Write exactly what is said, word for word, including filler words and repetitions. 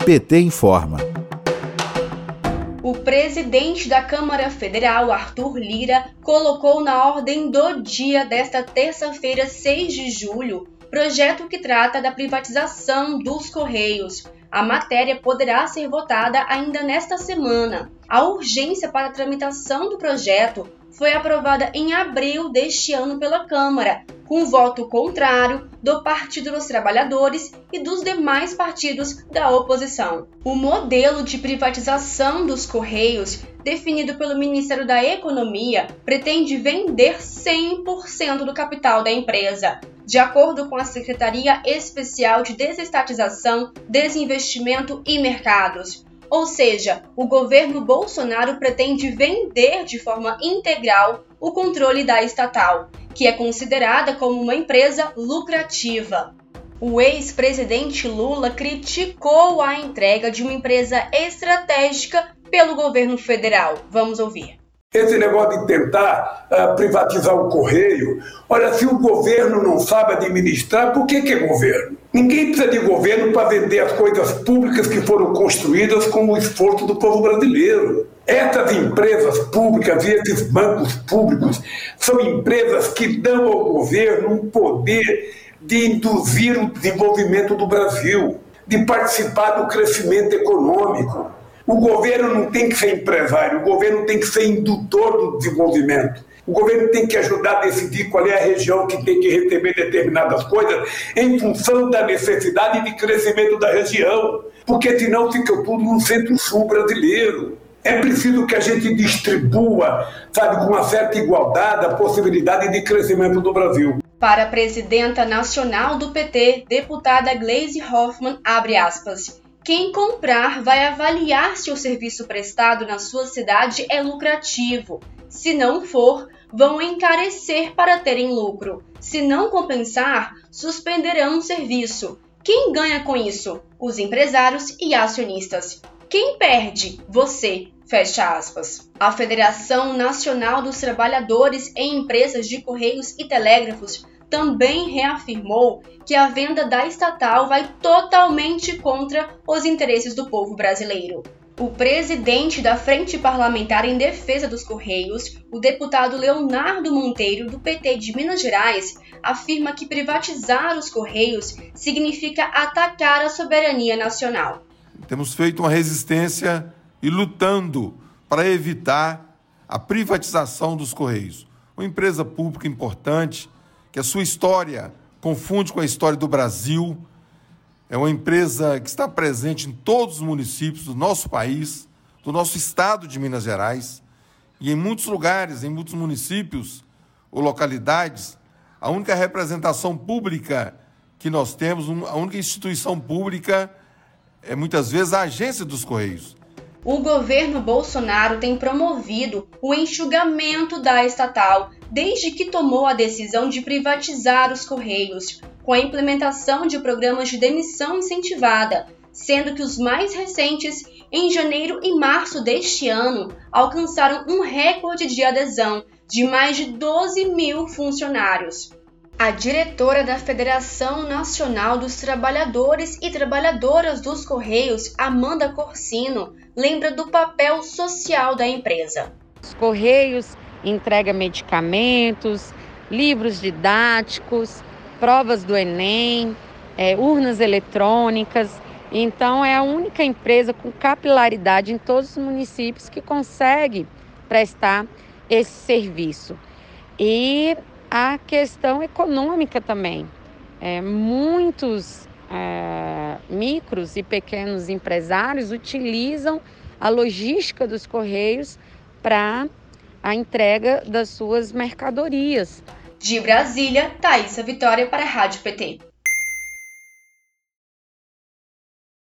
P T informa. O presidente da Câmara Federal, Arthur Lira, colocou na ordem do dia desta terça-feira, seis de julho, projeto que trata da privatização dos Correios. A matéria poderá ser votada ainda nesta semana. A urgência para a tramitação do projeto foi aprovada em abril deste ano pela Câmara, com voto contrário do Partido dos Trabalhadores e dos demais partidos da oposição. O modelo de privatização dos Correios, definido pelo Ministério da Economia, pretende vender cem por cento do capital da empresa. De acordo com a Secretaria Especial de Desestatização, Desinvestimento e Mercados. Ou seja, o governo Bolsonaro pretende vender de forma integral o controle da estatal, que é considerada como uma empresa lucrativa. O ex-presidente Lula criticou a entrega de uma empresa estratégica pelo governo federal. Vamos ouvir. Esse negócio de tentar uh, privatizar o Correio, olha, se o governo não sabe administrar, por que que é governo? Ninguém precisa de governo para vender as coisas públicas que foram construídas com o esforço do povo brasileiro. Essas empresas públicas e esses bancos públicos são empresas que dão ao governo um poder de induzir o desenvolvimento do Brasil, de participar do crescimento econômico. O governo não tem que ser empresário, o governo tem que ser indutor do desenvolvimento. O governo tem que ajudar a decidir qual é a região que tem que receber determinadas coisas em função da necessidade de crescimento da região, porque senão fica tudo no centro-sul brasileiro. É preciso que a gente distribua, sabe, com uma certa igualdade a possibilidade de crescimento do Brasil. Para a presidenta nacional do P T, deputada Gleisi Hoffmann, abre aspas, quem comprar vai avaliar se o serviço prestado na sua cidade é lucrativo. Se não for, vão encarecer para terem lucro. Se não compensar, suspenderão o serviço. Quem ganha com isso? Os empresários e acionistas. Quem perde? Você. Fecha aspas. A Federação Nacional dos Trabalhadores em Empresas de Correios e Telégrafos também reafirmou que a venda da estatal vai totalmente contra os interesses do povo brasileiro. O presidente da Frente Parlamentar em Defesa dos Correios, o deputado Leonardo Monteiro, do P T de Minas Gerais, afirma que privatizar os Correios significa atacar a soberania nacional. Temos feito uma resistência e lutando para evitar a privatização dos Correios. Uma empresa pública importante, que a sua história confunde com a história do Brasil. É uma empresa que está presente em todos os municípios do nosso país, do nosso estado de Minas Gerais, e em muitos lugares, em muitos municípios ou localidades, a única representação pública que nós temos, a única instituição pública é muitas vezes a Agência dos Correios. O governo Bolsonaro tem promovido o enxugamento da estatal desde que tomou a decisão de privatizar os Correios, com a implementação de programas de demissão incentivada, sendo que os mais recentes, em janeiro e março deste ano, alcançaram um recorde de adesão de mais de doze mil funcionários. A diretora da Federação Nacional dos Trabalhadores e Trabalhadoras dos Correios, Amanda Corsino, lembra do papel social da empresa. Os Correios entregam medicamentos, livros didáticos, provas do Enem, é, urnas eletrônicas. Então, é a única empresa com capilaridade em todos os municípios que consegue prestar esse serviço. E a questão econômica também. É, muitos é, micros e pequenos empresários utilizam a logística dos Correios para a entrega das suas mercadorias. De Brasília, Thaísa Vitória para a Rádio P T.